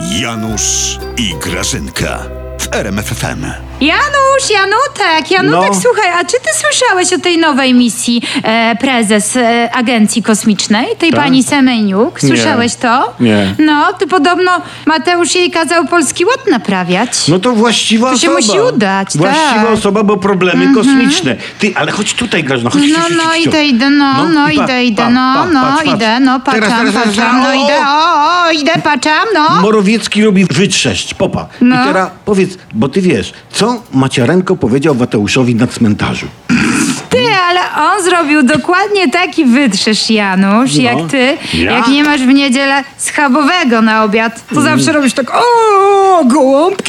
Janusz i Grażynka w RMF FM. Janutek, No. słuchaj, a czy ty słyszałeś o tej nowej misji prezes Agencji Kosmicznej, tej Tak? pani Semeniuk? Słyszałeś to? Nie. No, to podobno Mateusz jej kazał Polski Ład naprawiać. No to właściwa To się osoba. musi udać, Właściwa tak. osoba, bo problemy kosmiczne. Ty, ale chodź tutaj, Grażyna, chodź. Idę, patrz. patrzam. Morawiecki robi wytrzeszcz, popa. No. I teraz powiedz, bo ty wiesz, co Maciarenko powiedział Mateuszowi na cmentarzu? Ty, ale on zrobił dokładnie taki wytrzesz, Janusz, No. jak ty, Ja? jak nie masz w niedzielę schabowego na obiad. To zawsze robisz tak, o, gołąbki,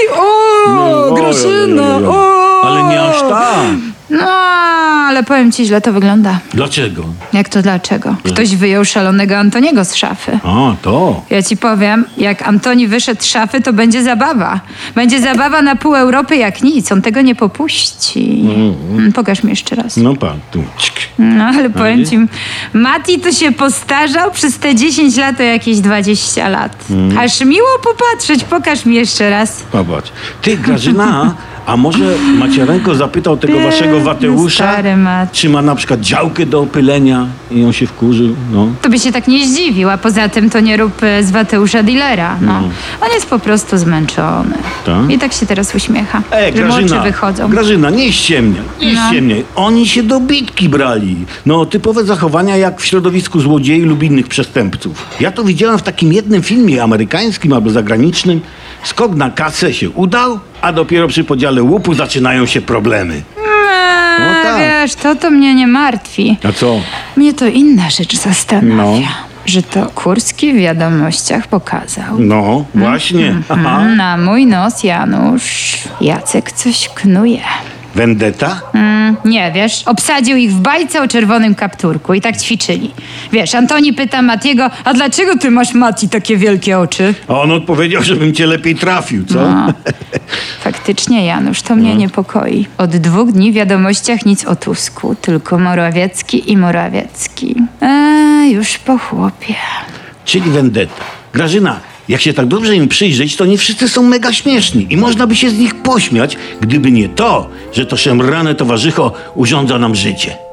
Grażyna, oj. o. Ale nie aż tak. No, ale powiem ci, źle to wygląda. Dlaczego? Jak to dlaczego? Ktoś wyjął szalonego Antoniego z szafy. A, to. Ja ci powiem, jak Antoni wyszedł z szafy, to będzie zabawa. Będzie zabawa na pół Europy jak nic. On tego nie popuści. Pokaż mi jeszcze raz. No pan, tu. Czk. No, ale powiem ci, Mati to się postarzał przez te 10 lat o jakieś 20 lat. Aż miło popatrzeć. Pokaż mi jeszcze raz. Popatrz. Ty, Grażyna, a może Maciarenko zapytał tego waszego Wateusza, stary Mat. czy ma na przykład działkę do opylenia i on się wkurzył, no. To by się tak nie zdziwił, a poza tym to nie rób z Wateusza dealera. No. On jest po prostu zmęczony. Tak? I tak się teraz uśmiecha, że mu oczy wychodzą. Grażyna, nie ściemniaj, nie No. ściemniaj. Oni się do bitki brali. No, typowe zachowania jak w środowisku złodziei lub innych przestępców. Ja to widziałem w takim jednym filmie amerykańskim albo zagranicznym. Skok na kasę się udał, a dopiero przy podziale łupu zaczynają się problemy. No tak. Wiesz, to mnie nie martwi. A co? Mnie to inna rzecz zastanawia. No. Że to Kurski w wiadomościach pokazał. No, właśnie. Aha. Na mój nos, Janusz, Jacek coś knuje. Vendetta? Nie, wiesz, obsadził ich w bajce o czerwonym kapturku i tak ćwiczyli. Wiesz, Antoni pyta Matiego, a dlaczego ty masz, Mati, takie wielkie oczy? A on odpowiedział, żebym cię lepiej trafił, co? No. Faktycznie, Janusz, to mnie niepokoi. Od 2 dni w wiadomościach nic o Tusku, tylko Morawiecki i Morawiecki. Już po chłopie. Czyli vendetta. Grażyna, jak się tak dobrze im przyjrzeć, to nie wszyscy są mega śmieszni i można by się z nich pośmiać, gdyby nie to, że to szemrane towarzycho urządza nam życie.